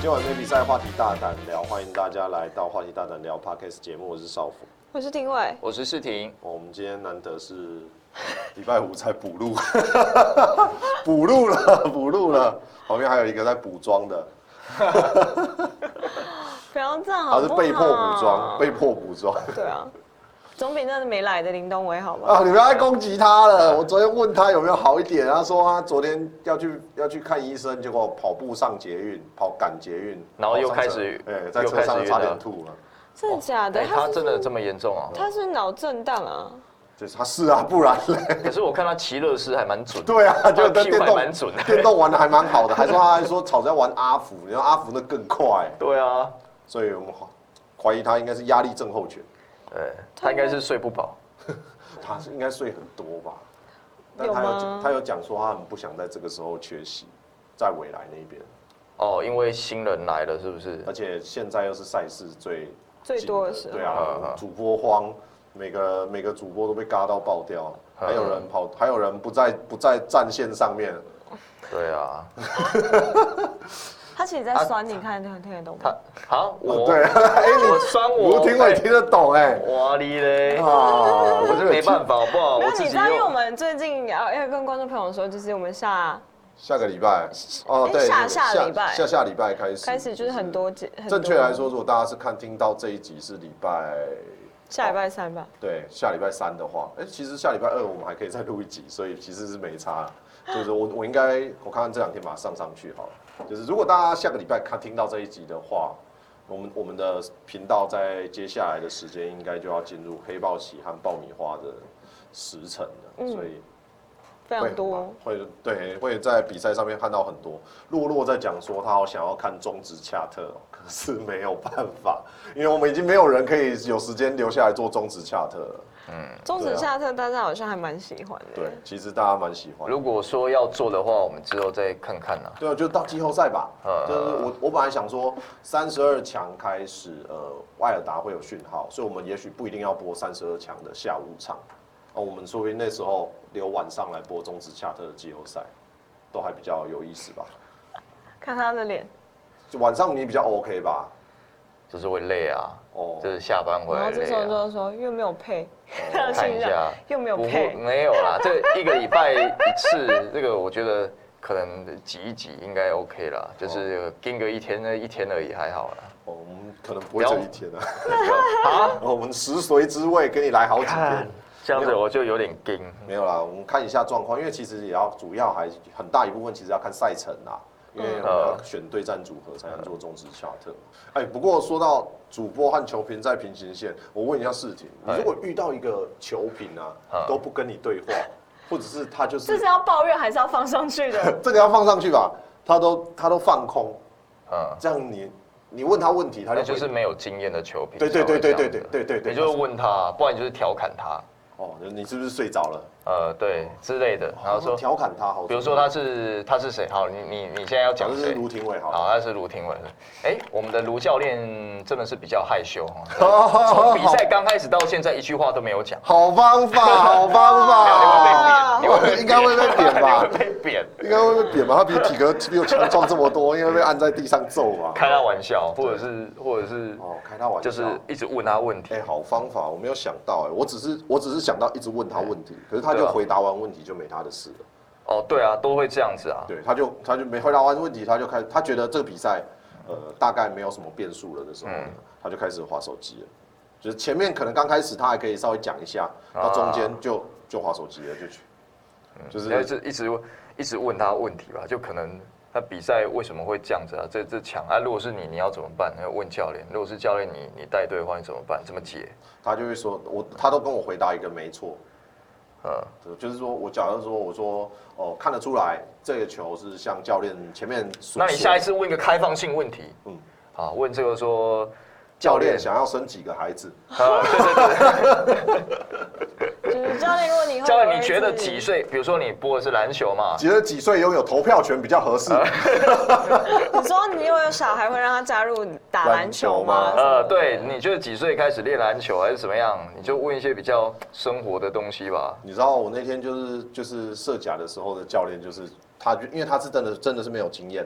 今晚没比赛，话题大胆聊，欢迎大家来到话题大胆聊 Podcast 节目，我是少辅， 我是廷伟， 我是世廷。 我们今天难得是礼拜五才补录，补录了，旁边还有一个在补妆的， 不要这样好不好？ 他是被迫补妆， 对啊，总比那没来的林东伟好吧？ 啊，你不要再攻击他了。我昨天问他有没有好一点，他说他昨天要去看医生，结果跑步上捷运，赶捷运， 然后又开始， 在车上差点吐了。 真的假的？ 他真的这么严重啊？ 他是脑震荡啊？ 就是他是啊，不然嘞。 可是我看他骑乐师还蛮准。 对啊，就电动蛮准的， 电动玩的还蛮好的，还说吵着要玩阿福，然后阿福那更快。 对啊， 所以我们怀疑他应该是压力症候群。 对，他应该是睡不饱。 他应该睡很多吧？但他有讲说他很不想在这个时候缺席，在未来那边。 哦，因为新人来了，是不是？ 而且现在又是赛事最多的时候。 对啊，主播荒，每个主播都被嘎到爆掉，还有人不在战线上面。 对啊。 他其实在酸，你看听得懂吗？ 我对， 你酸我， 卢廷伟听得懂哇你嘞啊，我这没办法，好不好？ 没有，你知道，因为我们最近要跟观众朋友说，就是我们下个礼拜对， 下礼拜开始就是很多正确来说，如果大家是听到这一集是下礼拜三吧？ 对，下礼拜三的话，其实下礼拜二我们还可以再录一集，所以其实是没差。就是我看看这2天把它上去好了。就是如果大家下个礼拜听到这一集的话，我们的频道在接下来的时间应该就要进入黑豹旗和爆米花的时辰了，所以非常多会在比赛上面看到很多。洛在讲说他好想要看中职恰特，可是没有办法，因为我们已经没有人可以有时间留下来做中职恰特了。 中职恰特大家好像还蛮喜欢的。 对，其实大家蛮喜欢。 如果说要做的话，我们之后再看看啦。 对啊，就到季后赛吧。就是我本来想说32强开始，艾尔达会有讯号，所以我们也许不一定要播32强的下午场。我们说不定那时候留晚上来播中职恰特的季后赛，都还比较有意思吧。 看他的脸， 就晚上你比较 OK 吧？ 就是会累啊，就是下班回来累啊。 然后这时候就说又没有配， 看一下又没有配， 没有啦，这1个礼拜1次，这个我觉得可能挤一挤应该 OK 啦，就是盯个1天那1天而已，还好啦。 我们可能不会这1天啊。我们食髓知味，给你来好几天。 这样子我就有点盯。 没有啦，我们看一下状况，因为其实也要主要还很大一部分其实要看赛程啦。因为我们要选对战组合才能做中职恰特。不过说到主播和球评在平行线，我问一下世廷，你如果遇到一个球评都不跟你对话，或者是他就是这是要抱怨还是要放上去的？ 这个要放上去吧，他都放空，这样你问他问题，他就是没有经验的球评。 对， 你就问他，不然你就是调侃他。 你是不是睡着了？ 对之类的，然后说调侃他好。 比如说他是谁？好，你现在要讲谁？ 是卢廷伟好。 好，他是卢廷伟。我们的卢教练真的是比较害羞从比赛刚开始到现在一句话都没有讲。 好方法， 你会被扁，应该会被扁吧？ 被扁， 应该会被扁吧？他体格比我强壮这么多，应该被按在地上揍吧？ 开他玩笑，或者是开他玩笑， 就是一直问他问题。 好方法，我没有想到我只是想到一直问他问题，可是他就回答完问题就没他的事了。 对啊，都会这样子啊。 对，他就没回答完问题，他觉得这个比赛大概没有什么变数了的时候，他就开始滑手机了。就是前面可能刚开始他还可以稍微讲一下，到中间就滑手机了， 就是一直问他问题吧，就可能他比赛为什么会这样子啊？这强啊！如果是你要怎么办？要问教练。如果是教练你带队的话，你怎么办？怎么解？ 他就会说他都跟我回答一个没错。就是说假如说我说看得出来这个球是像教练前面所说。 那你下一次问一个开放性问题，问这个说教练想要生几个孩子？ 就是教练，如果你教练你觉得几岁？比如说你播的是篮球嘛， 觉得几岁拥有投票权比较合适？ 你说你有小孩会让他加入打篮球吗？ 对，你觉得几岁开始练篮球还是怎么样？你就问一些比较生活的东西吧。 你知道我那天就是射甲的时候的教练，就是他，因为他是真的是没有经验啦。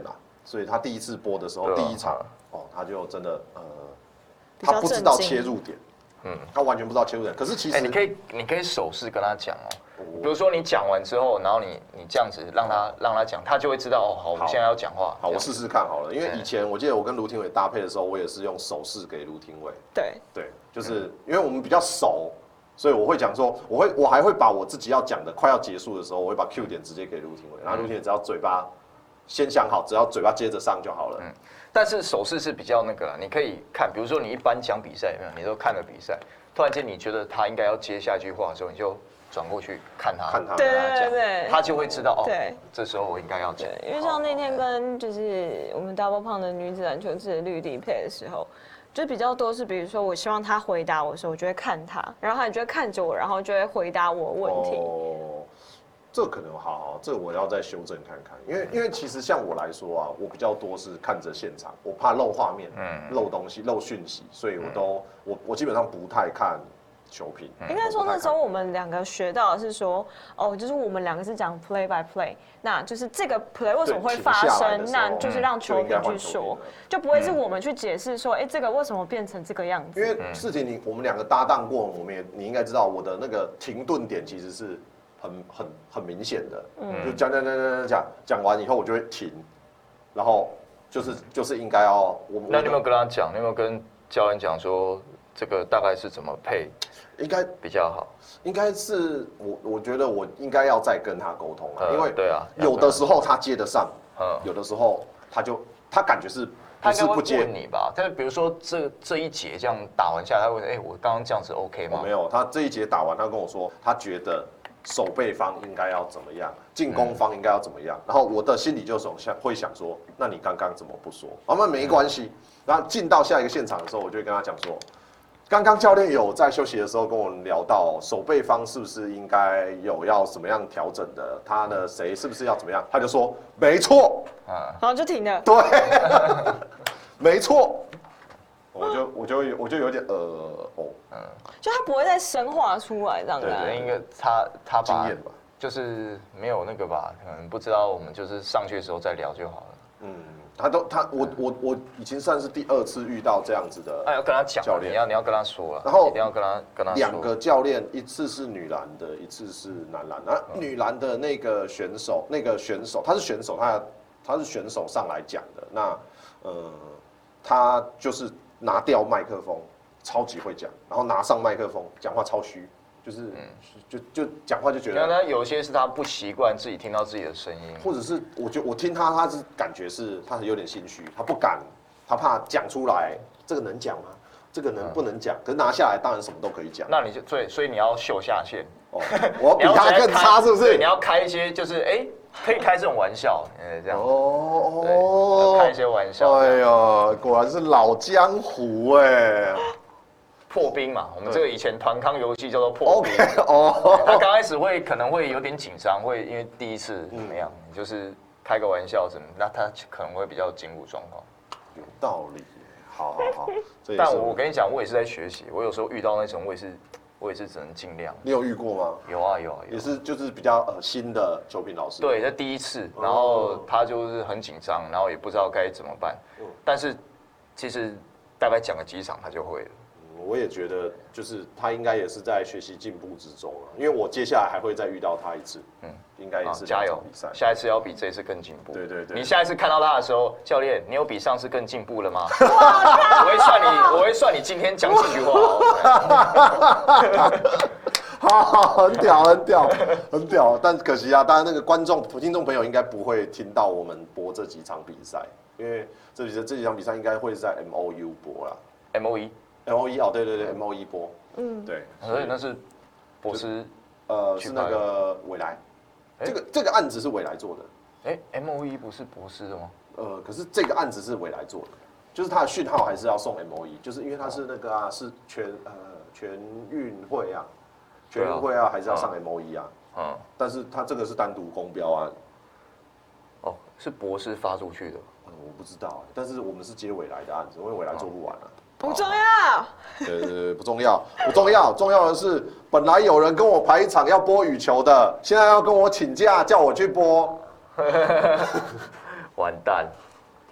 所以他第一次播的时候，第一场他就真的比较他不知道切入点，他完全不知道切入点。可是其实你可以手势跟他讲比如说你讲完之后，然后你这样子让他讲，他就会知道好，我们现在要讲话。 好，我试试看好了。因为以前我记得我跟卢廷伟搭配的时候，我也是用手势给卢廷伟。对，就是因为我们比较熟，所以我会讲说，我还会把我自己要讲的快要结束的时候，我会把 Q 点直接给卢廷伟，然后卢廷伟只要嘴巴先想好，只要嘴巴接着上就好了。 但是手势是比较那个啦，你可以看，比如说你一般讲比赛有没有？你都看了比赛，突然间你觉得他应该要接下一句话的时候，你就转过去看他， 对， 他就会知道对， 这时候我应该要讲。 因为像那天跟就是我们 Double 胖的女子篮球制的绿地配的时候，就比较多是，比如说我希望他回答我的时候，我就会看他，然后他就会看着我，然后就会回答我问题。 这可能好，这我要再修正看看，因为其实像我来说啊，我比较多是看着现场，我怕漏画面，漏东西、漏讯息，所以我基本上不太看球评。 应该说那时候我们两个学到的是说，就是我们两个是讲 play by play， 那就是这个 play 为什么会发生，那就是让球评去说，就不会是我们去解释说，这个为什么变成这个样子。 因为事情我们两个搭档过，你应该知道我的那个停顿点其实是很明显的，就讲完以后我就会停，然后就是应该要那你有没有跟他讲？你有没有跟教练讲说这个大概是怎么配？ 应该比较好。 应该是我觉得我应该要再跟他沟通因为对啊， 有的时候他接得上，有的时候他感觉是他应该会问你吧？但是比如说这一节这样打完下来，他会说我刚刚这样子 OK 吗？ 没有，他这一节打完，他跟我说他觉得守备方应该要怎么样，进攻方应该要怎么样，然后我的心里就会想说，那你刚刚怎么不说？那没关系。然后进到下一个现场的时候，我就会跟他讲说，刚刚教练有在休息的时候跟我们聊到，守备方是不是应该有要怎么样调整的？他的谁是不是要怎么样？他就说没错， 然后就停了。 对，没错。我就有点就他不会再深化出来这样子。 对，应该他经验吧， 就是没有那个吧，可能不知道，我们就是上去的时候再聊就好了。 我已经算是第2次遇到这样子的， 要跟他讲教练， 你要跟他说了， 然后一定要跟他说。 2个教练，一次是女篮的，一次是男篮。那女篮的那个选手，他是选手，他是选手上来讲的。那他就是拿掉麦克风，超级会讲，然后拿上麦克风，讲话超虚，就是就讲话就觉得。 那有些是他不习惯自己听到自己的声音， 或者是我听他是感觉是他有点心虚，他不敢，他怕讲出来，这个能讲吗？这个不能讲？可是拿下来当然什么都可以讲。 那你就所以你要秀下限。 我要比他更差是不是？ 对，你要开一些就是可以开这种玩笑，这样。开一些玩笑。 哎呀，果然是老江湖破冰嘛，我们这个以前团康游戏叫做破冰。他刚开始可能会有点紧张，因为第一次怎么样，你就是开个玩笑什么，那他可能会比较进入状况。 有道理。好。 但我跟你讲，我也是在学习，我有时候遇到那种我也是只能尽量。 你有遇过吗？ 有啊，也是就是比较新的球评老师。 对，这第一次，然后他就是很紧张，然后也不知道该怎么办。但是其实大概讲了几场，他就会了。 我也觉得，就是他应该也是在学习进步之中因为我接下来还会再遇到他一次，应该也是加油比赛， 下一次要比这次更进步。 对。 你下一次看到他的时候，教练，你有比上次更进步了吗？我会算你今天讲几句话。 好，很屌，但可惜啊，当然那个听众朋友应该不会听到我们播这几场比赛，因为这几场比赛应该会在 MOU 播啦。 MOE 对 MOE 播，对， 所以那是博斯是那个未来，这个案子是未来做的。 MOE 不是博斯的吗？ 可是这个案子是未来做的，就是它的讯号还是要送 MOE，就是因为它是那个是全运会啊，全运会啊还是要上 MOE 啊，但是它这个是单独公标案。 是博士发出去的。 我不知道，但是我们是接未来的案子，因为未来做不完啊。 不重要。 对，不重要，重要的是，本来有人跟我排一场要播羽球的，现在要跟我请假叫我去播， 完蛋。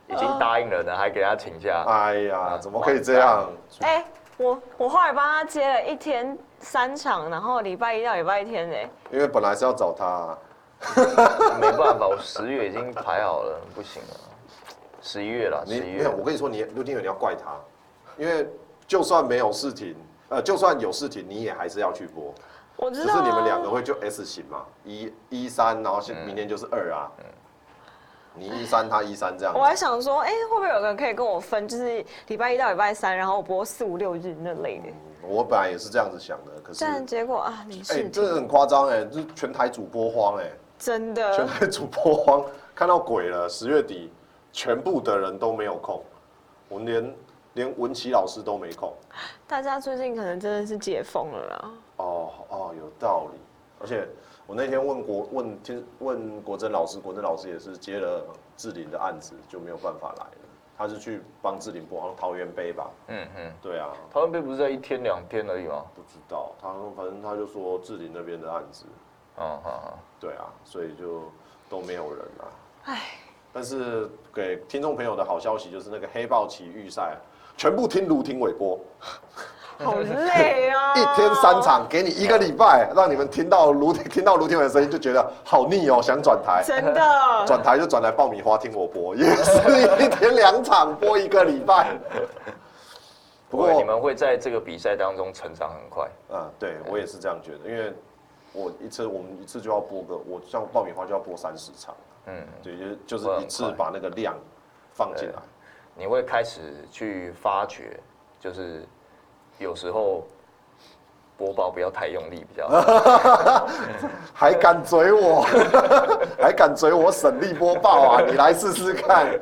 已经答应了呢，还给他请假。 哎呀，怎么可以这样？ 哎，我后来帮他接了1天3场，然后礼拜1到礼拜天哎。 因为本来是要找他， 没办法，我10月已经排好了，不行了。11月了，11月。 没有，我跟你说，陆定伟你要怪他，因为就算没有事情，就算有事情，你也还是要去播。 我知道、 只是你们2个会就 S 型嘛，1、3，然后明年就是2啊。你1-3，他1-3这样。 我还想说，哎，会不会有人可以跟我分，就是礼拜1到礼拜3，然后我播4、5、6日那类的。 我本来也是这样子想的，可是。 但结果啊，你是。 真的很夸张哎，这全台主播荒哎。 真的。 全台主播荒，看到鬼了。10月底，全部的人都没有空，我连文琪老师都没空。 大家最近可能真的是解封了啦。 哦，有道理。而且我那天问国珍老师，国珍老师也是接了志玲的案子，就没有办法来了。他是去帮志玲播，好像桃园杯吧。对啊。 桃园杯不是在1天2天而已吗？ 不知道，反正他就说志玲那边的案子。对啊，所以就都没有人啊。唉。但是给听众朋友的好消息就是那个黑豹旗预赛，全部听卢廷伟播。 好累啊 ！1天3场，给你1个礼拜，让你们听到卢廷伟的声音，就觉得好腻哦，想转台。 真的。 转台就转来爆米花听我播，也是1天2场播1个礼拜。 不过你们会在这个比赛当中成长很快。 对我也是这样觉得，因为我们一次就要播个，我像爆米花就要播30场。对，就是一次把那个量放进来。 你会开始去发掘，就是有时候播报不要太用力比较好。 还敢追我，还敢追我省力播报啊！你来试试看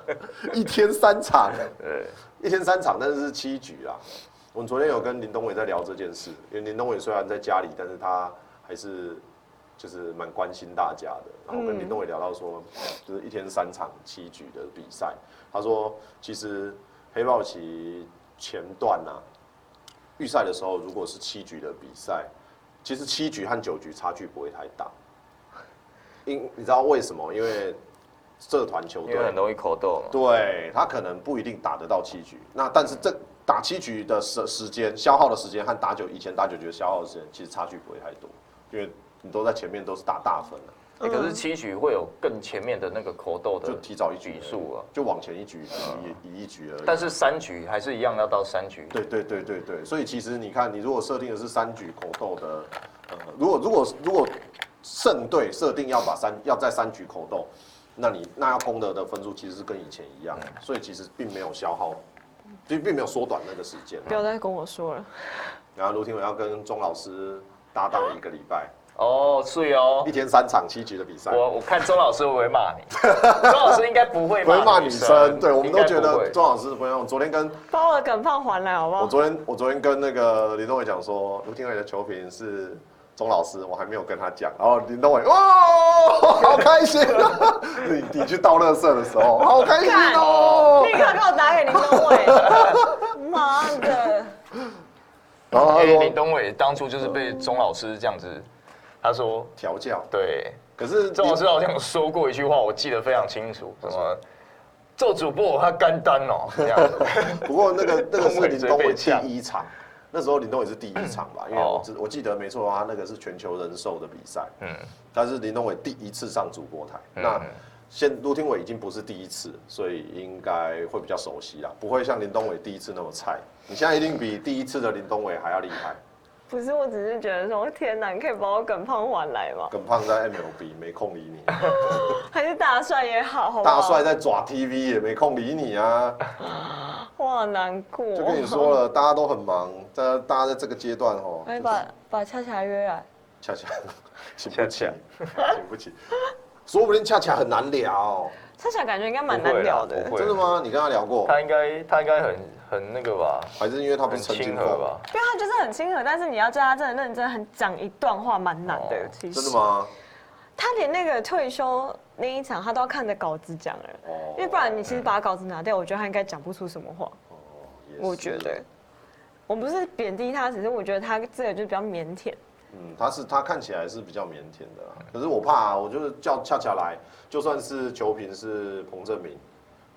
，1天3场，对，1天3场，但是7局啦。我们昨天有跟林东伟在聊这件事，因为林东伟虽然在家里，但是他还是就是蛮关心大家的。然后跟林东伟聊到说，就是1天3场7局的比赛，他说其实黑豹旗前段啊，预赛的时候如果是7局的比赛，其实7局和9局差距不会太大。你知道为什么？因为社团球队因为很容易口斗嘛， 对他可能不一定打得到7局，那但是这打7局的时间消耗的时间和以前打9局的消耗的时间，其实差距不会太多，因为你都在前面都是打大分了。 可是7局会有更前面的那个口斗的， 就提早1局数啊， 就往前1局移1局而已。 但是3局还是一样要到3局。 对，所以其实你看，你如果设定的是3局口斗的，如果胜队设定要在3局口斗，那要攻得的分数其实是跟以前一样，所以其实并没有消耗，并没有缩短那个时间。 不要再跟我说了。 然后卢廷伟要跟钟老师搭档1个礼拜。 是哦 ，1天3场7局的比赛。 我看钟老师会不会骂你？钟老师应该不会骂女生。 对，我们都觉得钟老师不会。我昨天跟把我的梗放还来好不好？ 我昨天跟那个林东伟讲说，卢廷伟的球评是钟老师，我还没有跟他讲。然后林东伟好开心啊！你去倒垃圾的时候，好开心哦！ 立刻给我打给林东伟。妈的！ 然后他说林东伟当初就是被钟老师这样子。他说调教对， 可是钟老师好像有说过一句话，我记得非常清楚，什么做主播他干单哦这样子。 不过那个是林东伟第1场，那时候林东伟是第1场吧，因为我记得没错的话，那个是全球人寿的比赛，他是林东伟第1次上主播台，那卢廷伟已经不是第1次，所以应该会比较熟悉啦，不会像林东伟第1次那么菜。你现在一定比第1次的林东伟还要厉害。 不是，我只是觉得说，天哪，你可以把我耿胖还来吗？ 耿胖在 MLB 没空理你， 还是大帅也好，好不好？大帅在爪 TV 也没空理你啊！ 我好难过。 就跟你说了，大家都很忙，大家在这个阶段哦。 哎，把恰恰约来。 恰恰，请不起，说不定恰恰很难聊。 恰恰感觉应该蛮难聊的。 真的吗？你跟他聊过？ 他应该很那个吧？ 还是因为他不是亲和吧？ 因为他就是很亲和，但是你要叫他真的认真讲一段话，蛮难的。其实真的吗？ 他连那个退休那一场，他都要看着稿子讲了。因为不然你其实把稿子拿掉，我觉得他应该讲不出什么话。我觉得，我不是贬低他，只是我觉得他这个就是比较腼腆。 他看起来是比较腼腆的啦。可是我怕我就是叫恰恰来，就算是球评是彭政闵，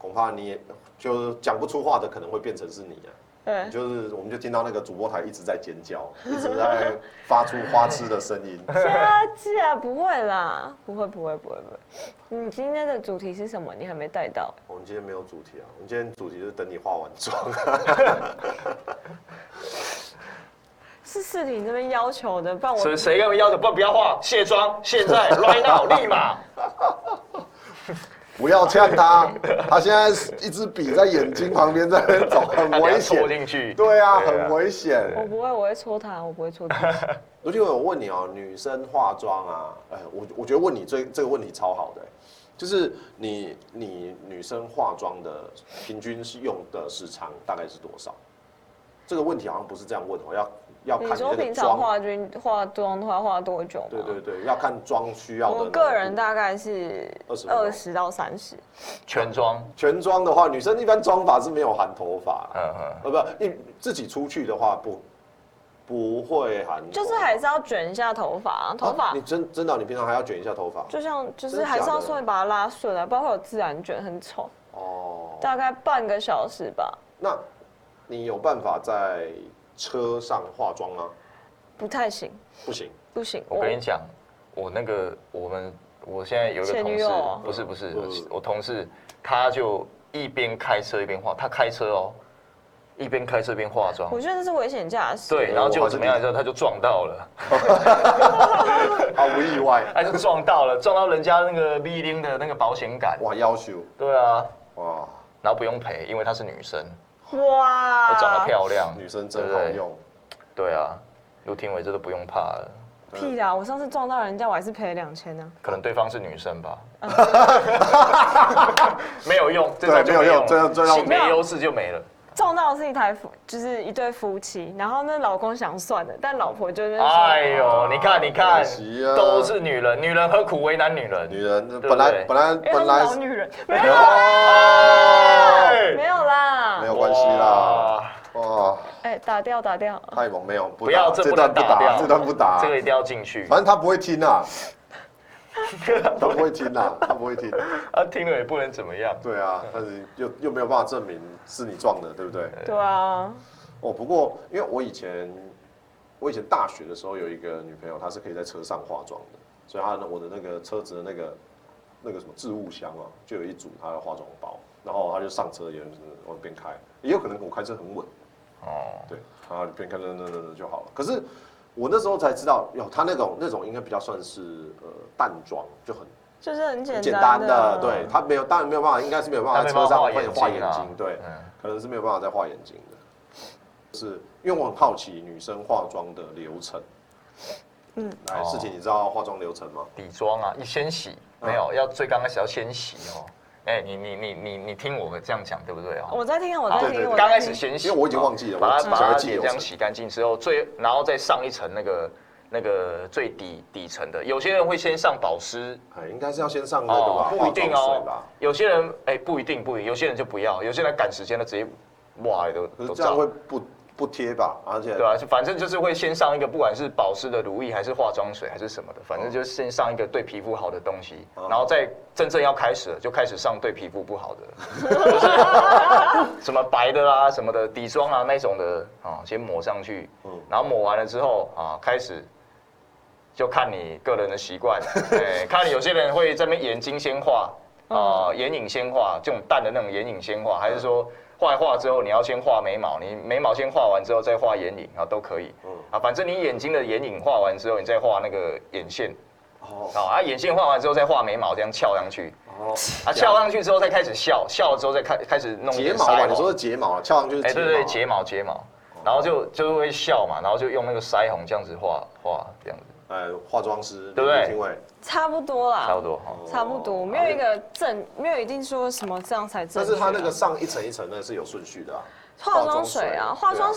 恐怕你也就讲不出话的，可能会变成是你啊。 对， 就是我们就听到那个主播台一直在尖叫，一直在发出花痴的声音。 假不会啦，不会。你今天的主题是什么？你还没带到。 我们今天没有主题啊，我们今天主题是等你化完妆。 是世廷这边要求的，不然我谁跟我要求不要化卸妆？现在 right now 立马。 不要呛他，他现在一支笔在眼睛旁边在那边走，很危险。 戳进去。 对啊，很危险。 我不会，我会戳他，我不会戳他。 卢俊伟，我问你哦，女生化妆啊，我觉得问你这个问题超好的，就是你女生化妆的平均是用的时长大概是多少？这个问题好像不是这样问哦，要看你说平常化妆的话花多久吗？ 对，要看妆需要的。 我个人大概是20到30。 全妆的话，女生一般妆法是没有含头发，不，你自己出去的话不会含头发， 就是还是要卷一下头发，头发。 你真的，你平常还要卷一下头发？ 就是还是要稍微把它拉顺啊，不然会有自然卷，很丑。哦。大概半个小时吧。 那你有办法在车上化妆吗？ 不太行。不行。 我跟你讲，我现在有一个同事，不是，我同事他就一边开车一边化，他开车哦，一边开车一边化妆。 我觉得这是危险驾驶。 对，然后结果怎么样之后他就撞到了， 毫无意外， 他就撞到人家那个 V 零的那个保险杆。 哇，要求。 对啊，哇，然后不用赔，因为她是女生。 哇， 我长得漂亮， 女生真好用。 对啊，陆廷伟这都不用怕了。 屁啦！我上次撞到人家，我还是赔了2000呢。 可能对方是女生吧。没有用， 对，没有用，这性别优势就没了。 撞到的是就是一对夫妻，然后那老公想算了，但老婆就说：“ 哎呦，你看，都是女人，女人何苦为难女人？ 女人本来老女人，没有啦， 没有关系啦。 哇， 打掉， 太猛，没有， 不要这段打掉， 这段不打， 这个一定要进去。 反正他不会听啊。他不会听。 他听了也不能怎么样。 对啊，但是又没有办法证明是你撞的，对不对？ 对啊。 不过因为我以前大学的时候有一个女朋友，她是可以在车上化妆的，所以我的那个车子的那个什么置物箱啊，就有一组她的化妆包，然后她就上车也往边开，也有可能我开车很稳。对，然后边开那就好了。可是我那时候才知道，他那种应该比较算是淡妆， 就是很简单的，对，他当然没有办法，应该是没有办法在车上画眼睛，对，可能是没有办法再画眼睛的。是因为我很好奇女生化妆的流程。来，世廷，你知道化妆流程吗？ 底妆啊，你先洗，没有，最刚开始要先洗哦。你听我这样讲对不对？ 我在听。 刚开始先洗， 因为我已经忘记了， 把它这样洗干净之后，然后再上一层那个最底层的。有些人会先上保湿， 应该是要先上那个吧？ 不一定哦。有些人不一定，有些人就不要，有些人赶时间了直接哇都这样会不贴吧？而且对啊，反正就是会先上一个，不管是保湿的乳液还是化妆水还是什么的，反正就是先上一个对皮肤好的东西，然后再真正要开始了，就开始上对皮肤不好的，什么白的啦、什么的底妆啊那种的先抹上去，然后抹完了之后开始就看你个人的习惯，看有些人会在那边眼睛先画眼影先画，这种淡的那种眼影先画，还是说？画一画之后，你要先画眉毛，你眉毛先画完之后再画眼影都可以。反正你眼睛的眼影画完之后，你再画那个眼线。眼线画完之后再画眉毛，这样翘上去。翘上去之后再开始笑，笑了之后再开始弄睫毛吧？你说是睫毛，翘上去是睫毛。 对，睫毛，然后就会笑嘛，然后就用那个腮红这样子画这样子。 化妆师对不对？ 差不多啦， 差不多， 没有一定说什么这样才正确。 但是它那个上一层一层那是有顺序的啊。 化妆水啊，化妆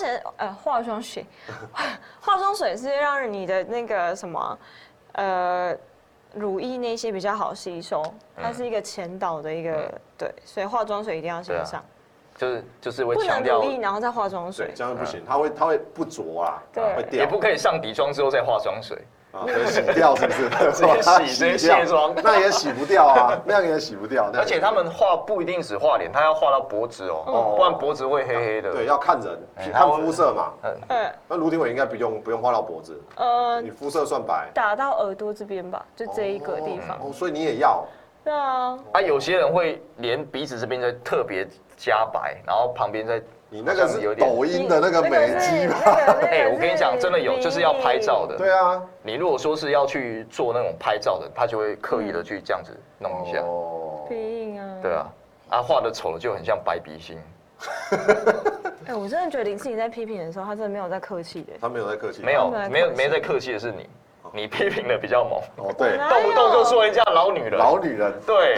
水是让你的那个什么乳液那些比较好吸收，它是一个前导的一个对，所以化妆水一定要先上。 就是会强调不能乳液然后再化妆水， 这样不行，它会不着啊， 对， 会掉。 也不可以上底妆之后再化妆水。 可以洗掉是不是？ 直接卸妆， 那也洗不掉啊，那样也洗不掉。 而且他们画不一定只画脸，他要画到脖子哦，不然脖子会黑黑的。 对，要看人，看肤色嘛。那卢廷伟应该不用画到脖子。你肤色算白。 打到耳朵这边吧，就这一个地方。 所以你也要。 对啊。 有些人会连鼻子这边再特别加白，然后旁边再。 你那个是抖音的那个美肌吧？ 我跟你讲，真的有，就是要拍照的。 对啊， 你如果说是要去做那种拍照的，他就会刻意的去这样子弄一下。 鼻影啊。 对啊，画的丑了就很像白鼻星。 我真的觉得林志颖在批评的时候，他真的没有在客气的。 他没有在客气。 没在客气的是你，你批评的比较猛。 对， 动不动就说人家老女人。 老女人。 对。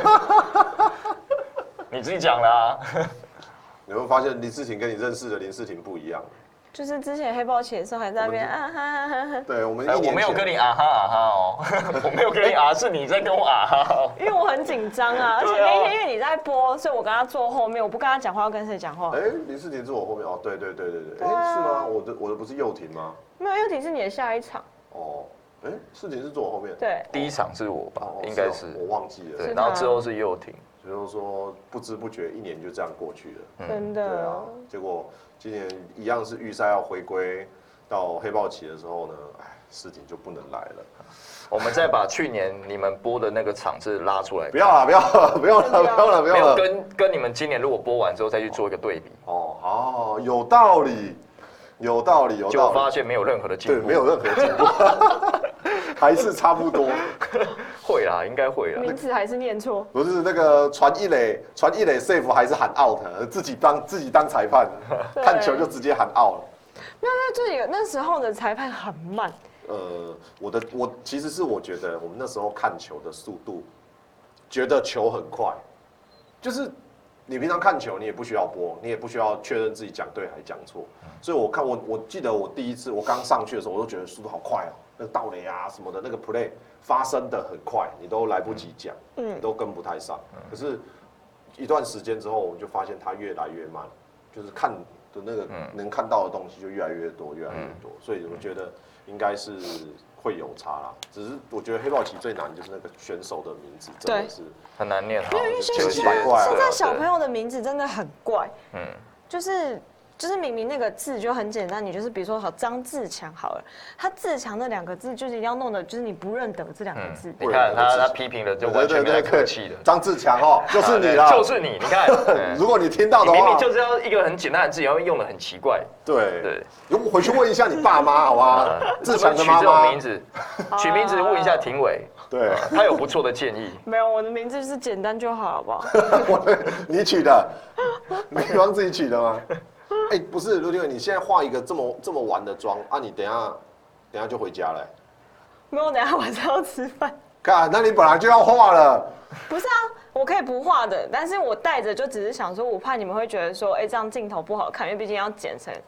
你自己讲的啊。 你会发现林世廷跟你认识的林世廷不一样， 就是之前黑豹起的时候还在那边啊哈哈哈。 对，我们我没有跟你啊哈啊哈哦，我没有跟你啊，是你在跟我啊哈。 因为我很紧张啊，而且那天因为你在播，所以我跟他坐后面，我不跟他讲话，要跟谁讲话？ 林世廷坐我后面哦，对，是吗？我的不是佑廷吗？ 没有，佑廷是你的下一场。 世廷是坐我后面。 对， 第一场是我吧，应该是我忘记了。 对，然后之后是佑廷。 就是说，不知不觉1年就这样过去了， 真的。 对啊，结果今年一样是预赛要回归到黑豹旗的时候呢，世廷就不能来了。 我们再把去年你们播的那个场次拉出来。 不要了。没有跟你们今年如果播完之后再去做一个对比。 有道理。 就发现没有任何的进步。 对，没有任何进步，还是差不多。 会啦，应该会啦。 名字还是念错。 不是那个传一垒 safe 还是喊 out， 自己当裁判，看球就直接喊 out 了。 没有，就那时候的裁判很慢。 我其实是我觉得我们那时候看球的速度，觉得球很快，就是你平常看球你也不需要播，你也不需要确认自己讲对还是讲错，所以我记得我第一次我刚上去的时候，我都觉得速度好快哦，那个盗垒啊什么的那个 play 发生的很快，你都来不及讲，你都跟不太上。可是一段时间之后，我就发现它越来越慢，就是看的那个能看到的东西就越来越多，所以我觉得应该是会有差啦。只是我觉得黑豹旗最难就是那个选手的名字真的是很难念， 因为现在小朋友的名字真的很怪，就是明明那个字就很简单，你就是比如说好张志强好了，他志强那2个字就是一定要弄的，就是你不认得这2个字。 你看他批评了就完全没在客气的。 张志强就是你了， 就是你。你看， 如果你听到的话， 明明就是要一个很简单的字，然后用的很奇怪。 对，如果回去问一下你爸妈好不好？志强的妈妈取名字问一下庭伟， 对， 他有不错的建议。 没有，我的名字就是简单就好，好不好？ 你取的，你帮自己取的吗？不是卢廷伟，你现在化一个这么晚的妆啊，你等一下就回家了。 没有，等一下晚上要吃饭。 看，那你本来就要化了。 不是啊，我可以不化的，但是我戴着就只是想说，我怕你们会觉得说，这样镜头不好看，因为毕竟要剪成。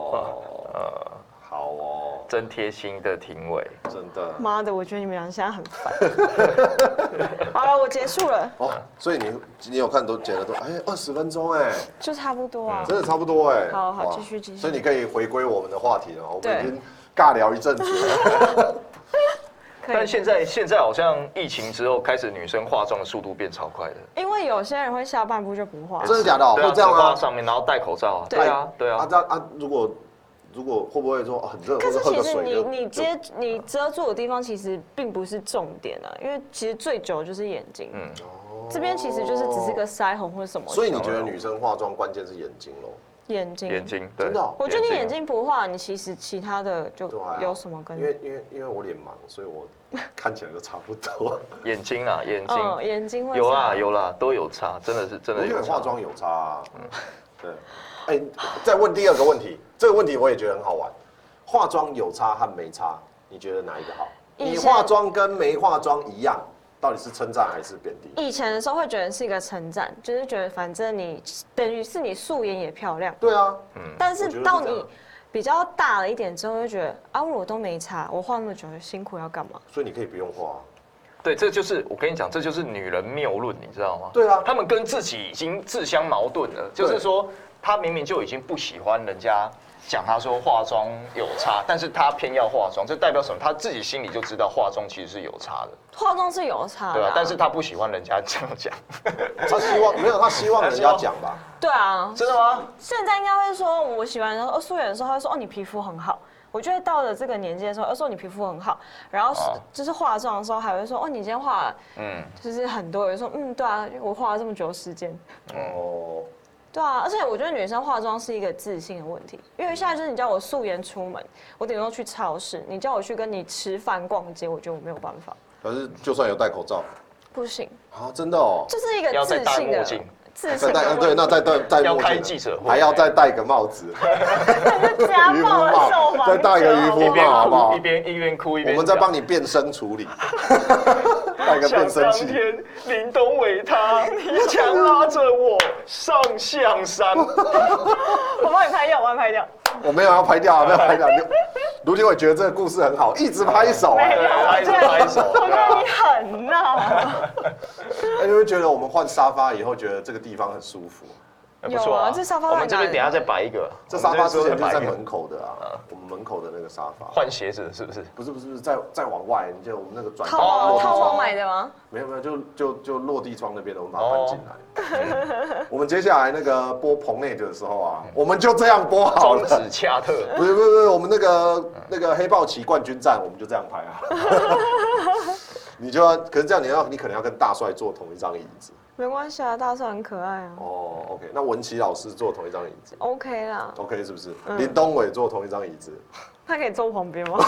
好哦， 真贴心的庭伟， 真的。 妈的，我觉得你们俩现在很烦。好了，我结束了。 所以你有看都剪了都20分钟就差不多啊。 真的差不多好，继续。 所以你可以回归我们的话题了，我们已经尬聊一阵子了。 但现在好像疫情之后开始女生化妆的速度变超快的， 因为有些人会下半部就不化。 真的假的？会这样吗？上面然后戴口罩啊。对啊。 如果会不会说很热？ 可是其实你遮住的地方其实并不是重点啊，因为其实最久就是眼睛。这边其实就是只是个腮红或者什么。 所以你觉得女生化妆关键是眼睛咯？ 眼睛真的。 我觉得你眼睛不化，你其实其他的就有什么跟？ 因为我脸盲，所以我看起来都差不多。 眼睛眼睛会有啦，都有差，真的有差。 化妆有差啊。对。再问第2个问题，这个问题我也觉得很好玩。化妆有差和没差，你觉得哪一个好？你化妆跟没化妆一样，到底是称赞还是贬低？ 以前的时候会觉得是一个称赞，就是觉得反正你等于是你素颜也漂亮。 对啊。 但是到你比较大了一点之后，就觉得我都没差，我化那么久辛苦要干嘛？ 所以你可以不用化。 对，这就是我跟你讲，这就是女人谬论，你知道吗？ 对啊。 他们跟自己已经自相矛盾了，就是说。 他明明就已经不喜欢人家讲他说化妆有差，但是他偏要化妆，这代表什么？他自己心里就知道化妆其实是有差的。 化妆是有差的， 对啊，但是他不喜欢人家这样讲。 他希望没有，他希望人家讲吧？ 对啊， 真的吗？ 现在应该会说，我喜欢素颜的时候，他会说哦你皮肤很好。我觉得到了这个年纪的时候，说你皮肤很好，然后就是化妆的时候还会说哦你今天化了，就是很多人说对啊，我化了这么久时间。哦。对啊，而且我觉得女生化妆是一个自信的问题，因为现在就是你叫我素颜出门，我顶多去超市，你叫我去跟你吃饭逛街，我觉得我没有办法。 可是就算有戴口罩， 不行啊，真的哦， 就是一个自信的。自信的对，那再戴要开记者会， 还要再戴个帽子， 家暴的受访者， 再戴个渔夫帽，好不好？ 一边哭一边。 我们再帮你变声处理，戴个变声器。 当天林东伟他强拉着我上象山， 我帮你拍掉，我帮你拍掉。 我没有要拍掉，没有拍掉。卢廷伟觉得这个故事很好，一直拍手， 一直拍手。 我觉得你很闹。 你会觉得我们换沙发以后，觉得这个地方很舒服。 不错啊， 这沙发我们这边等一下再摆一个。 这沙发之前就是在门口的啊，我们门口的那个沙发。 换鞋子是不是？ 不是，再往外，你就我们那个转淘宝买的吗？ 没有，就落地窗那边的，我们把它搬进来。我们接下来那个播棚内的时候啊，我们就这样播好了。 中指恰特。 不是，我们那个黑豹旗冠军战，我们就这样拍啊。你就要，可是这样你可能要跟大帅坐同一张椅子。 没关系啊，大帅很可爱啊。 哦 ，OK， 那文琪老师坐同一张椅子 ，OK 啦。 OK 是不是？林东伟坐同一张椅子， 他可以坐旁边吗？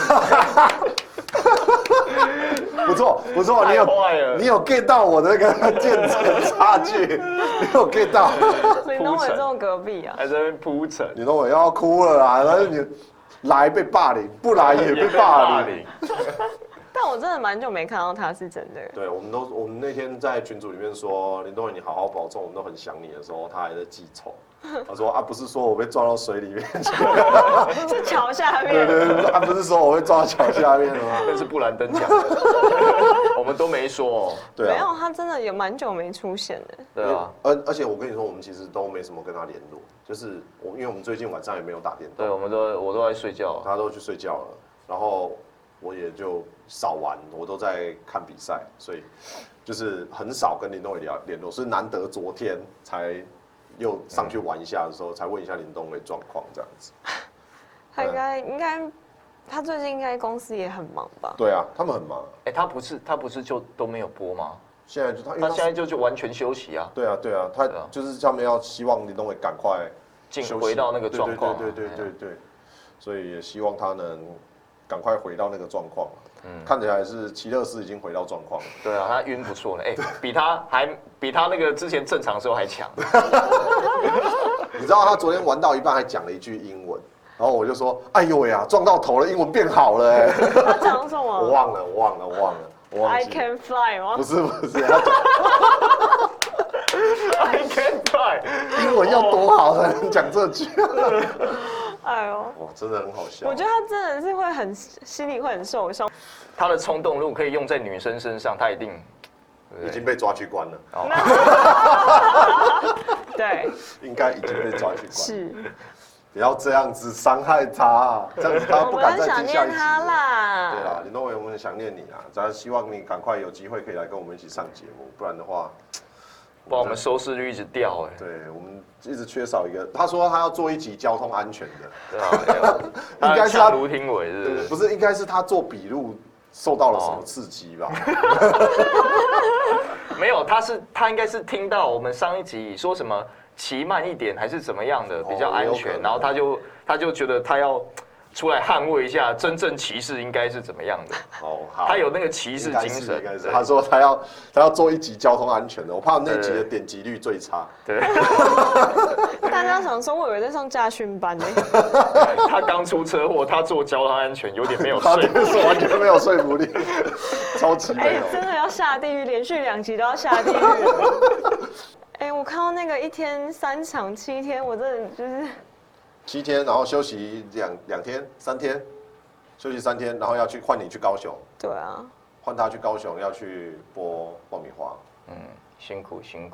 不错，你有 get 到我的那个渐层差距，你有 get 到。 林东伟坐隔壁啊， 还在那边铺陈。 林东伟要哭了啦，然后你来被霸凌，不来也被霸凌。 但我真的蛮久没看到他，是真的。 对，我们那天在群组里面说林东伟你好好保重，我们都很想你的时候，他还在记仇。他说啊，不是说我被撞到水里面去， 是桥下面。 对，他不是说我会撞到桥下面的吗？ 那是布兰登讲的，我们都没说。 对啊， 没有，他真的有蛮久没出现的。 对啊， 而且我跟你说，我们其实都没什么跟他联络，就是因为我们最近晚上也没有打电动。 对，我都在睡觉， 他都去睡觉了，然后我也就少玩，我都在看比赛，所以就是很少跟林东伟联络，是难得昨天才又上去玩一下的时候，才问一下林东伟状况这样子。 他应该，他最近应该公司也很忙吧？ 对啊，他们很忙。 他不是就都没有播吗？ 现在就他现在就完全休息啊。 对啊，他就是他们要希望林东伟赶快回到那个状况。 对，所以也希望他能赶快回到那个状况。看起来是齐勒斯已经回到状况了。 对啊，他晕不错了，比他那个之前正常的时候还强。 你知道他昨天玩到一半还讲了一句英文，然后我就说：“哎呦喂呀，撞到头了，英文变好了哎。” 他讲什么？ 我忘了。 I can fly 吗？ 不是， I can fly， 英文要多好才能讲这句？ 哎呦， 哇，真的很好笑。 我觉得他真的是会心里会很受伤。 他的冲动如果可以用在女生身上，他一定已经被抓去关了。 对， 应该已经被抓去关。 是。 不要这样子伤害他，这样子他不敢再进下一集。 他啦。 对啦，林东伟，我们很想念你啦，咱希望你赶快有机会可以来跟我们一起上节目，不然的话， 不然我们收视率一直掉对，我们一直缺少一个。他说他要做一集交通安全的， 对啊， 应该是他卢廷伟是不是？应该是他做笔录受到了什么刺激吧？ 没有，他应该是听到我们上一集说什么骑慢一点还是怎么样的比较安全，然后他就觉得他要出来捍卫一下真正骑士应该是怎么样的。 哦，好， 他有那个骑士精神。 他说他要做一集交通安全的，我怕那集的点击率最差。 对。 大家想说，我以为在上驾训班呢。 他刚出车祸，他做交通安全有点没有说服力， 完全没有说服力，超级没有。 真的要下地狱，连续2集都要下地狱。我看到那个1天3场7天，我真的就是 7天，然后休息2天3天，休息3天，然后要换你去高雄。 对啊， 换他去高雄要去播爆米花。 辛苦。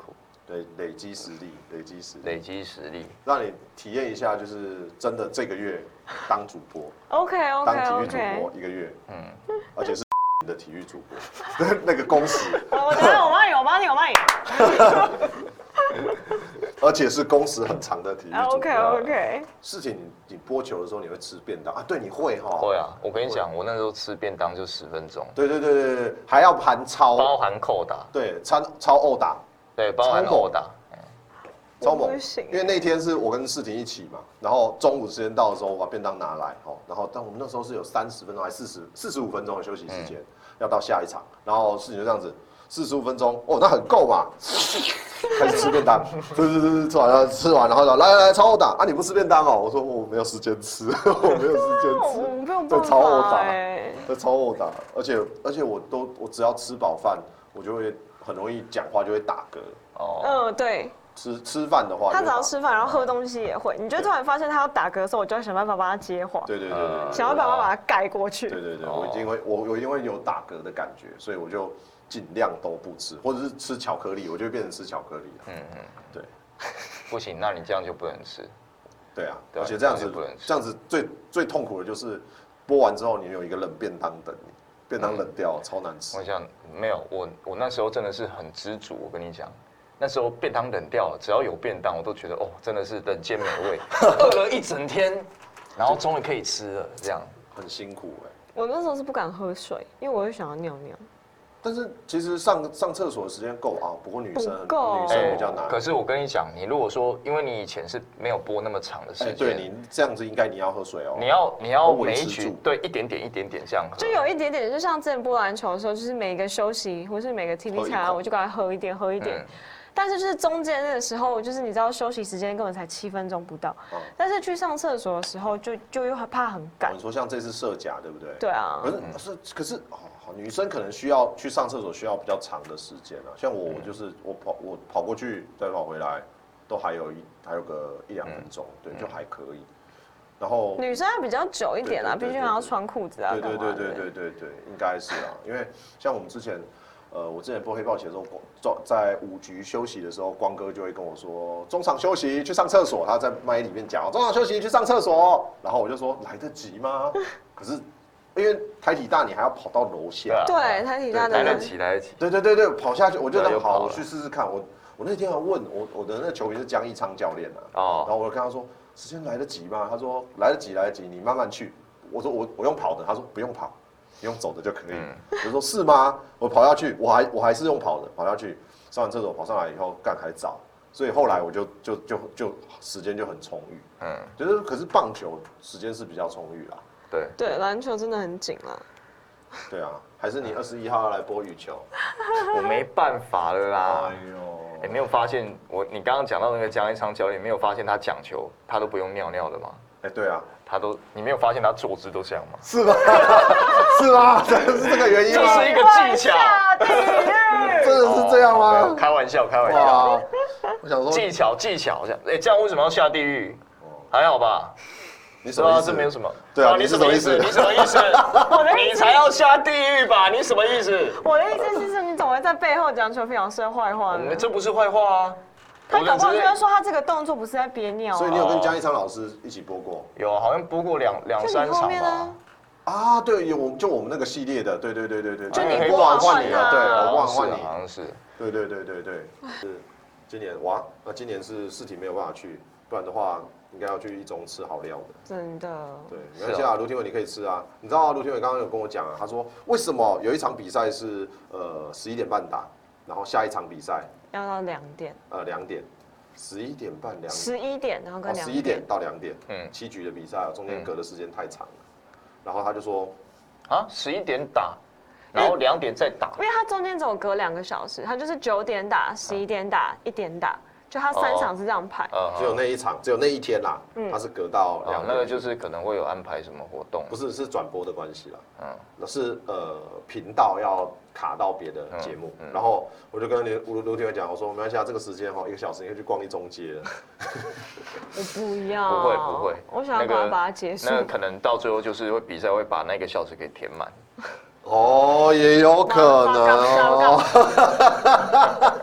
对，累积实力， 累积实力， 让你体验一下，就是真的这个月当主播 OK， 当体育主播1个月，而且是的体育主播，那个工时， 我等下我帮你。 而且是工时很长的体育主播。 OK。 事情你播球的时候你会吃便当啊？对，你会哈？ 会啊，我跟你讲，我那时候吃便当就10分钟。 对，还要含超， 包含扣打。 对，超殴打。 对，包含殴打。 超猛，因为那天是我跟世廷一起嘛，然后中午时间到的时候，我把便当拿来，然后但我们那时候是有30分钟还45分钟的休息时间，要到下一场，然后世廷就这样子45分钟，哦，那很够嘛，开始吃便当，吃完，然后说来超殴打啊，你不吃便当哦？我说我没有时间吃，我没有时间吃， 我没有办法， 超殴打，超殴打，而且我只要吃饱饭，我就会很容易讲话就会打嗝。 哦，对。 吃饭的话， 他只要吃饭，然后喝东西也会，你就突然发现他要打嗝的时候，我就要想办法帮他接话。 对， 想办法把它盖过去。 对，我一定会有打嗝的感觉，所以我就尽量都不吃，或者是吃巧克力，我就会变成吃巧克力了。对，不行，那你这样就不能吃。 对啊，而且这样子最痛苦的就是播完之后，你有一个冷便当等你，便当冷掉，超难吃。 我想没有，我那时候真的是很知足，我跟你讲。那时候便当冷掉了，只要有便当，我都觉得哦，真的是人间美味。饿了一整天，然后终于可以吃了，这样很辛苦哎。 我那时候是不敢喝水，因为我会想要尿尿。 但是其实上厕所的时间够啊，不过女生比较难。 可是我跟你讲，你如果说，因为你以前是没有播那么长的时间， 对你这样子应该你要喝水哦。 你要每一局对一点点这样喝， 就有一点点，就像之前播篮球的时候，就是每一个休息或是每个 TV 茶，我就赶快喝一点。但是就是中间那个时候，就是你知道休息时间根本才7分钟不到，但是去上厕所的时候就又怕很赶。 你说像这次射甲对不对？ 对啊。 可是女生可能需要去上厕所需要比较长的时间啊。像我就是我跑过去再跑回来，都还有个1-2分钟，对，就还可以。然后女生要比较久一点啦，毕竟还要穿裤子啊。 对，应该是啊，因为像我们之前。我之前播黑豹鞋的时候，在5局休息的时候，光哥就会跟我说，中场休息去上厕所。他在麦里面讲，中场休息去上厕所。然后我就说，来得及吗？可是因为台体大，你还要跑到楼下。 对，台体大来得及。 对，跑下去，我就说好，我去试试看。我那天还问我的那个球员是江一昌教练啊，然后我就跟他说，时间来得及吗？他说来得及，你慢慢去。我说我用跑的，他说不用跑。用走的就可以，我说是吗？我跑下去，我还是用跑的，跑下去，上完厕所跑上来以后，还早，所以后来我就时间就很充裕，就是可是棒球时间是比较充裕啦， 对，篮球真的很紧啦， 对啊，还是你21号要来播羽球， 我没办法了啦， 哎呦， 没有发现你刚刚讲到那个江一昌教练，没有发现他讲球他都不用尿的吗？ 对啊。 你没有发现他坐姿都这样吗？ 是吗？是吗？真的是这个原因吗？ 这是一个技巧。 真的是这样吗？ 开玩笑。 我想说技巧这样。这样为什么要下地狱？还好吧？ 你什么意思？ 这没有什么。 对啊，你什么意思？ 你什么意思？你才要下地狱吧？你什么意思？ 我的意思是，你总会在背后讲邱平老师的坏话呢？ 这不是坏话啊。 他搞不好就是说他这个动作不是在憋尿， 所以你有跟江一昌老师一起播过？ 有，好像播过两三场吧。 啊，对，就我们那个系列的，对， 就你播完换你了，对，我换你， 好像是， 对，是今年哇，那今年是世体没有办法去，不然的话应该要去一中吃好料的， 真的， 对，没关系啊，卢廷伟你可以吃啊，你知道卢廷伟刚刚有跟我讲啊，他说为什么有一场比赛是11点半打，然后下一场比赛。 要到2点 ，2点，11点半 11点，然后跟 11点到2点，7局的比赛，中间隔的时间太长了。然后他就说， 啊，11点打，然后2点再打， 因为他中间只有隔2个小时，他就是9点打、11点打、1点打，就他3场是这样排。 只有那一场，只有那一天啦，他是隔到2点。 那个就是可能会有安排什么活动， 不是转播的关系啦，那是频道要卡到别的节目，然后我就跟卢廷伟讲，我说没关系啊，这个时间1个小时你可以去逛一中街了。 我不要， 不会， 我想要把它结束。 那可能到最后就是比赛会把那个小时给填满。 哦，也有可能哦。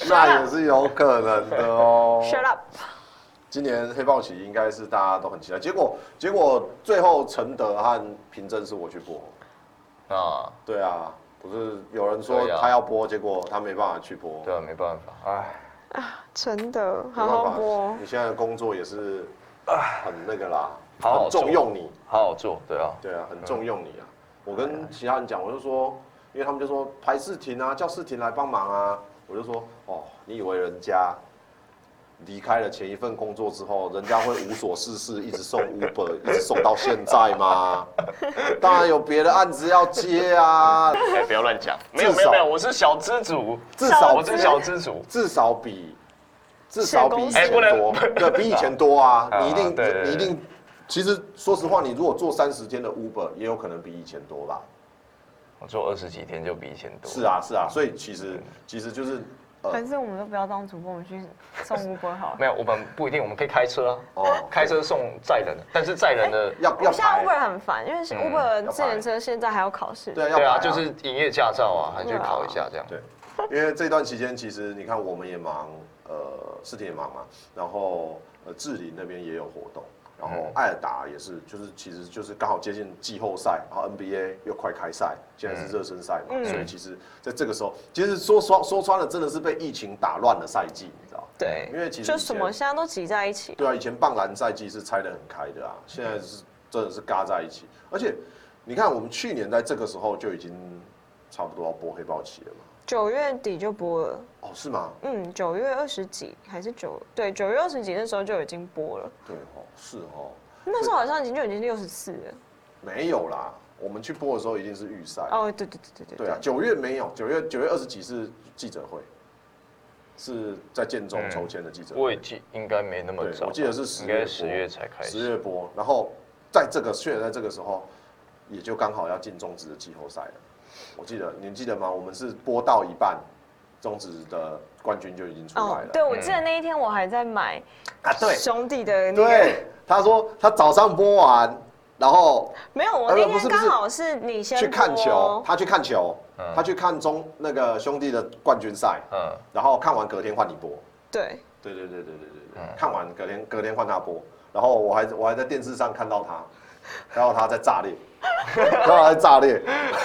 那也是有可能的哦。 Shut up。 今年黑豹旗应该是大家都很期待，结果最后承德和平镇是我去播啊。对啊，不是有人说他要播，结果他没办法去播。 对啊，没办法，哎。 真的，好好播。 你现在的工作也是很那个啦，很重用你， 好好做，对啊， 对啊，很重用你啊。我跟其他人讲，我就说，因为他们就说排视庭啊，叫视庭来帮忙啊，我就说哦，你以为人家离开了前一份工作之后，人家会无所事事，一直送 Uber， 一直送到现在吗？当然有别的案子要接啊！ 哎，不要乱讲，没有，我是小资主，我是小资主， 至少比以前多，对，比以前多啊！你一定，其实说实话，你如果做30天的 Uber， 也有可能比以前多啦。 我做20几天就比以前多。 是啊，所以其实就是。 还是我们都不要当主播，我们去送 Uber 好了。 没有，我们不一定，我们可以开车啊。哦，开车送载人，但是载人的要现在 Uber 很烦，因为 Uber 自行车现在还要考试。 对啊，就是营业驾照啊，还去考一下这样。 对，因为这段期间其实你看我们也忙，视听也忙嘛，然后智霖那边也有活动。然后艾尔达也是，其实就是刚好接近季后赛，然后 NBA 又快开赛，现在是热身赛嘛，所以其实在这个时候，其实说穿了，真的是被疫情打乱了赛季，你知道？ 对， 因为其实就什么现在都挤在一起。 对啊，以前棒篮赛季是拆得很开的啊，现在是真的是嘎在一起，而且你看我们去年在这个时候就已经差不多要播黑豹旗了嘛。 9月底就播了哦，是吗 ？9月20几还是对，9月20几那时候就已经播了。 对哦，是哦。 那时候好像已经64了。 没有啦，我们去播的时候已经是预赛。 哦，对。 对啊，9月没有，9月20几是记者会，是在建中抽签的记者会。 我也记应该没那么早， 我记得是10 月才开始。 10月播，然后在这个时候，也就刚好要进中职的季后赛了。你记得吗？我们是播到一半，中职的冠军就已经出来了。 对，我记得那一天我还在买对兄弟的那个。 对，他说他早上播完，然后没有，我那天刚好是你先去看球，他去看球，他去看那个兄弟的冠军赛，然后看完隔天换你播。 对， 看完隔天换他播，然后我还在电视上看到他在炸裂。然后还炸裂，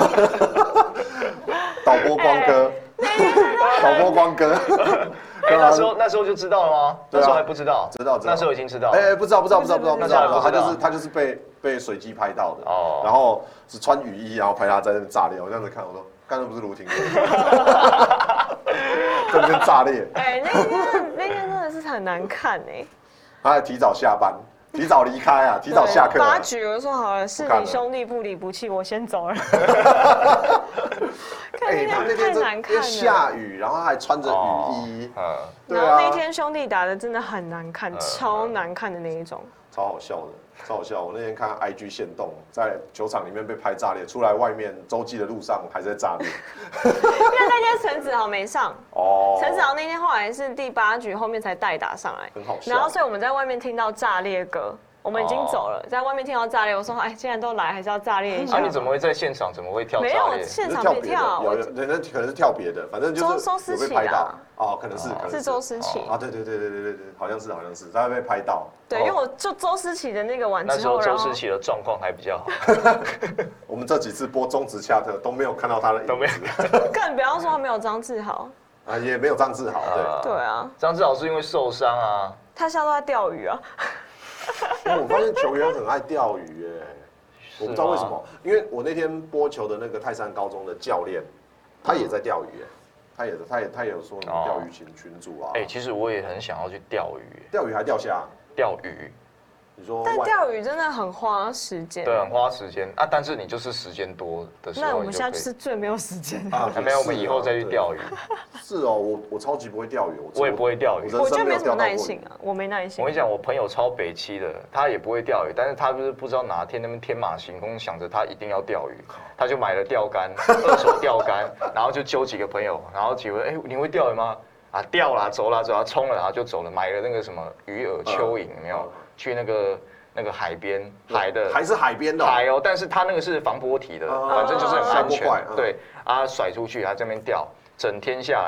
导播光哥， 那时候就知道了吗？那时候还不知道， 知道， 那时候已经知道。 不知道，他就是被水机拍到的，然后是穿雨衣，然后拍他在那边炸裂。我这样子看，我说刚才不是卢廷，在那边炸裂。 那天真的是很难看哎。 他还提早下班。提早离开啊，提早下课。 8局我说好了，是你兄弟不离不弃，我先走了。看那天太难看了， 下雨，然后还穿着雨衣， 然后那天兄弟打的真的很难看，超难看的那一种， 超好笑的。我那天看 IG 限动，在球场里面被拍炸裂，出来外面洲际的路上还在炸裂。 因为那天陈子豪没上哦，陈子豪那天后来是第8局后面才代打上来， 很好笑。 然后所以我们在外面听到炸裂歌。我们已经走了，在外面听到炸裂，我说既然都来，还是要炸裂一下。 你怎么会在现场？怎么会跳炸裂？ 没有，现场没跳， 人家可能是跳别的，反正就是周思齐啦。 哦，可能是周思齐啊，对，好像是，他会被拍到。 对，因为我就周思齐的那个完之后， 那时候周思齐的状况还比较好。 我们这几次播中职恰特都没有看到他的影子， 都没有。 更不要说没有张志豪啊，也没有张志豪， 对啊， 张志豪是因为受伤啊， 他现在都在钓鱼啊。 我发现球员很爱钓鱼耶，我不知道为什么。因为我那天播球的那个泰山高中的教练，他也在钓鱼耶，他也有说你钓鱼群组啊。 其实我也很想要去钓鱼。 钓鱼还钓虾？ 钓鱼。 你说？ 但钓鱼真的很花时间。 对，很花时间啊。但是你就是时间多的时候， 那我们现在就是最没有时间啊。 没有，我们以后再去钓鱼。 是哦，我超级不会钓鱼， 我也不会钓鱼， 我就没什么耐性啊，我没耐心。 我跟你讲，我朋友超北七的，他也不会钓鱼，但是他不知道哪天那边天马行空，想着他一定要钓鱼，他就买了钓竿，2手钓竿，然后就揪几个朋友，然后几位你会钓鱼吗？啊，钓啦，走啦，冲了，然后就走了，买了那个什么鱼饵、蚯蚓，没有去那个海边还是海边的海哦，但是他那个是防波堤的，反正就是很安全，对啊，甩出去，他这边钓。整天下来，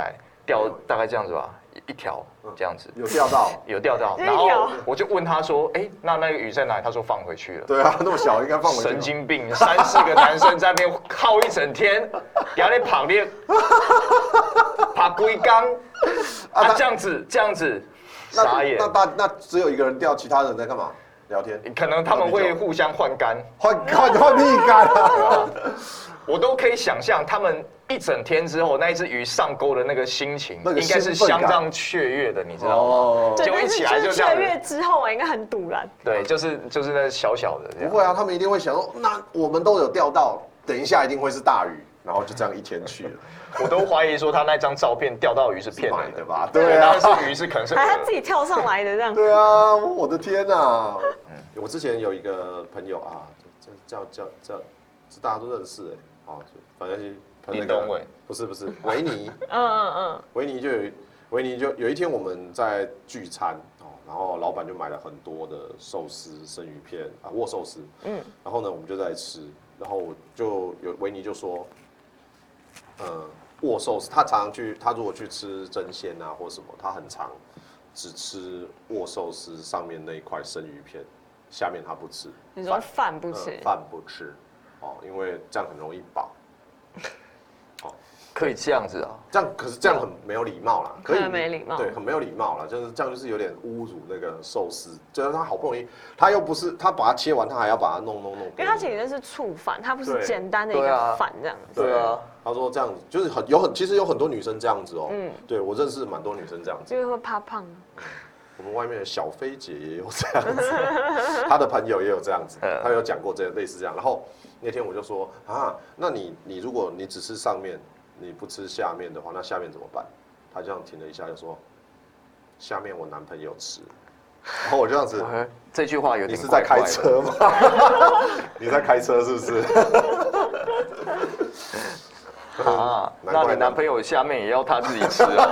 钓大概这样子吧，一条这样子。 有钓到？ 有钓到。然后我就问他说：“哎，那个鱼在哪里？”他说放回去了。 对啊，那么小应该放回去。 神经病，3、4个男生在那边耗一整天，然后在旁边爬龟缸啊，这样子，傻眼。 那只有一个人钓，其他人在干嘛？聊天？ 可能他们会互相换竿， 换屁竿啊！ 我都可以想象他们一整天之后那一只鱼上钩的那个心情，应该是相当雀跃的，你知道吗？ 就一起来就雀跃之后啊，应该很堵然。 对，就是那小小的。 不会啊，他们一定会想说，那我们都有钓到，等一下一定会是大鱼，然后就这样一天去了。 我都怀疑说他那张照片钓到鱼是骗人的吧？对啊， 但是鱼是可能是他自己跳上来的这样。 对啊，我的天哪！我之前有一个朋友啊，叫大家都认识哎，啊，反正林东伟不是维尼，维尼就有一天我们在聚餐哦，然后老板就买了很多的寿司、生鱼片啊、握寿司，然后呢我们就在吃，然后维尼就说，握寿司他常常他如果去吃蒸鲜啊或什么，他很常只吃握寿司上面那一块生鱼片。下面他不吃， 你说饭不吃， 饭不吃，哦，因为这样很容易饱。 哦，可以这样子啊？ 可是这样很没有礼貌啦，可以没礼貌， 对，很没有礼貌啦，就是这样，就是有点侮辱那个寿司，就是他好不容易，他又不是他把它切完，他还要把它弄，因为他其实是醋饭，它不是简单的一个饭这样子。 对啊，他说这样子就是其实有很多女生这样子哦，对我认识蛮多女生这样子， 就是会怕胖。 我们外面的小菲姐也有这样子，她的朋友也有这样子，她有讲过类似这样。然后那天我就说啊，那你如果你只吃上面，你不吃下面的话，那下面怎么办？她这样停了一下，就说下面我男朋友吃。然后我这样子， 这句话有点你是在开车吗？你在开车是不是？ 啊，那你男朋友下面也要他自己吃啊？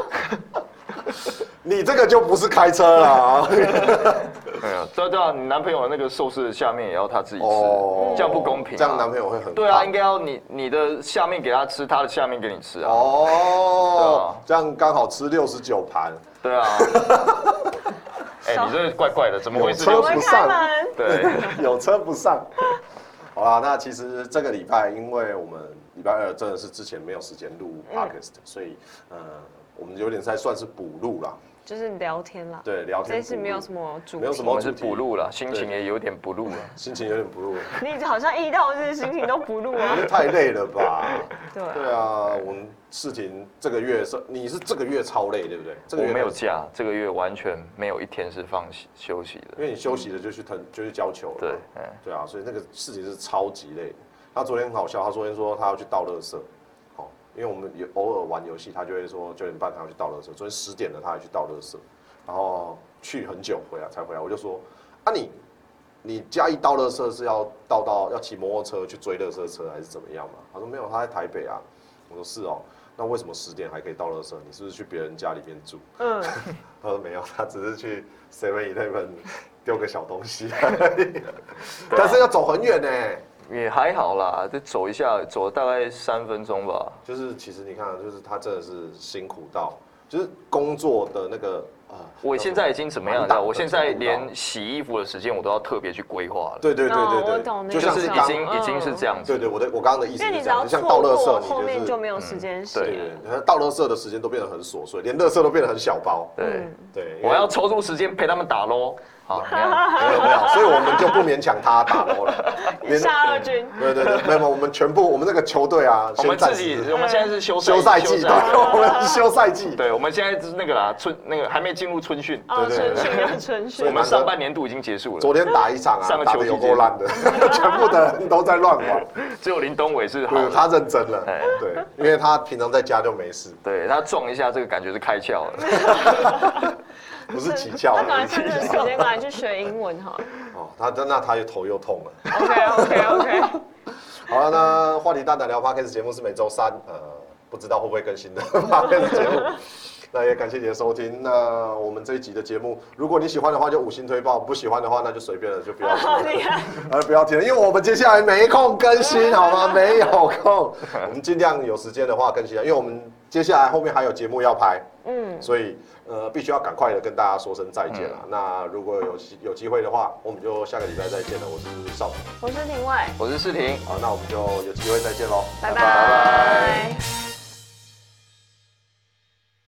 你这个就不是开车了。 对啊，你男朋友那个寿司的下面也要他自己吃，这样不公平。 这样男朋友会很对啊，应该要你的下面给他吃，他的下面给你吃啊。 哦，这样刚好吃69盘。 对啊。哎，你这怪怪的，怎么会是车不上？ 对， 有车不上。好啦，那其实这个礼拜，因为我们礼拜2真的是之前没有时间录 podcast，所以我们有点算是补录啦， 就是聊天啦。 对，聊天。 这次没有什么主题， 没有什么是补录啦，心情也有点补录了， 心情有点补录。 你好像1到日心情都补录啊， 太累了吧？ 对啊，我们事情这个月你是这个月超累，对不对？ 我没有假，这个月完全没有一天是休息的， 因为你休息了就去教球了。对，对啊，所以那个事情是超级累的。他昨天很好笑，他昨天说他要去倒垃圾。因为我们偶尔玩游戏，他就会说9点半他要去倒垃圾。昨天10点了，他还去倒垃圾，然后去很久才回来。我就说啊，你嘉义倒垃圾是要要骑摩托车去追垃圾车还是怎么样嘛？他说没有，他在台北啊。我说是哦，那为什么10点还可以倒垃圾？你是不是去别人家里面住？他说没有，他只是去 7-Eleven 丢个小东西而已，但是要走很远呢。 也还好啦，就走一下，走大概3分钟吧。 就是其实你看，就是他真的是辛苦到，就是工作的那个我现在已经怎么样了？我现在连洗衣服的时间我都要特别去规划了。 对， 我懂， 就是已经是这样子。 对，我刚刚的意思是这样， 你像倒垃圾， 后面就没有时间洗。 对，倒垃圾的时间都变得很琐碎，连垃圾都变得很小包。对， 我要抽出时间陪他们打咯。好，没有，所以我们就不勉强他打咯了。 杀二军。 对，没有，我们那个球队啊， 我们现在是休赛季，对，我们是休赛季。 对，我们现在是那个啦，还没进入春训。 春训。 我们上半年度已经结束了。 昨天打一场啊，打得有够烂的，全部的人都在乱玩， 只有林东伟是好。 他认真了，对，因为他平常在家就没事。 对他撞一下，这个感觉是开窍了。 不是起窍， 他赶快趁这个时间赶快去学英文哈。 那他头又痛了。 OK。 好了，那话题大胆聊 Podcast 节目是每周3，不知道会不会更新的 Podcast 节目。那也感谢你的收听。那我们这一集的节目，如果你喜欢的话就5星推爆，不喜欢的话那就随便了，就不要听。不要听了，因为我们接下来没空更新，好吗？没有空。我们尽量有时间的话更新，因为我们接下来后面还有节目要拍，所以必须要赶快的跟大家说声再见了。那如果有机会的话，我们就下个礼拜再见了。我是少， 我是廷伟， 我是世廷， 好，那我们就有机会再见喽， 拜拜。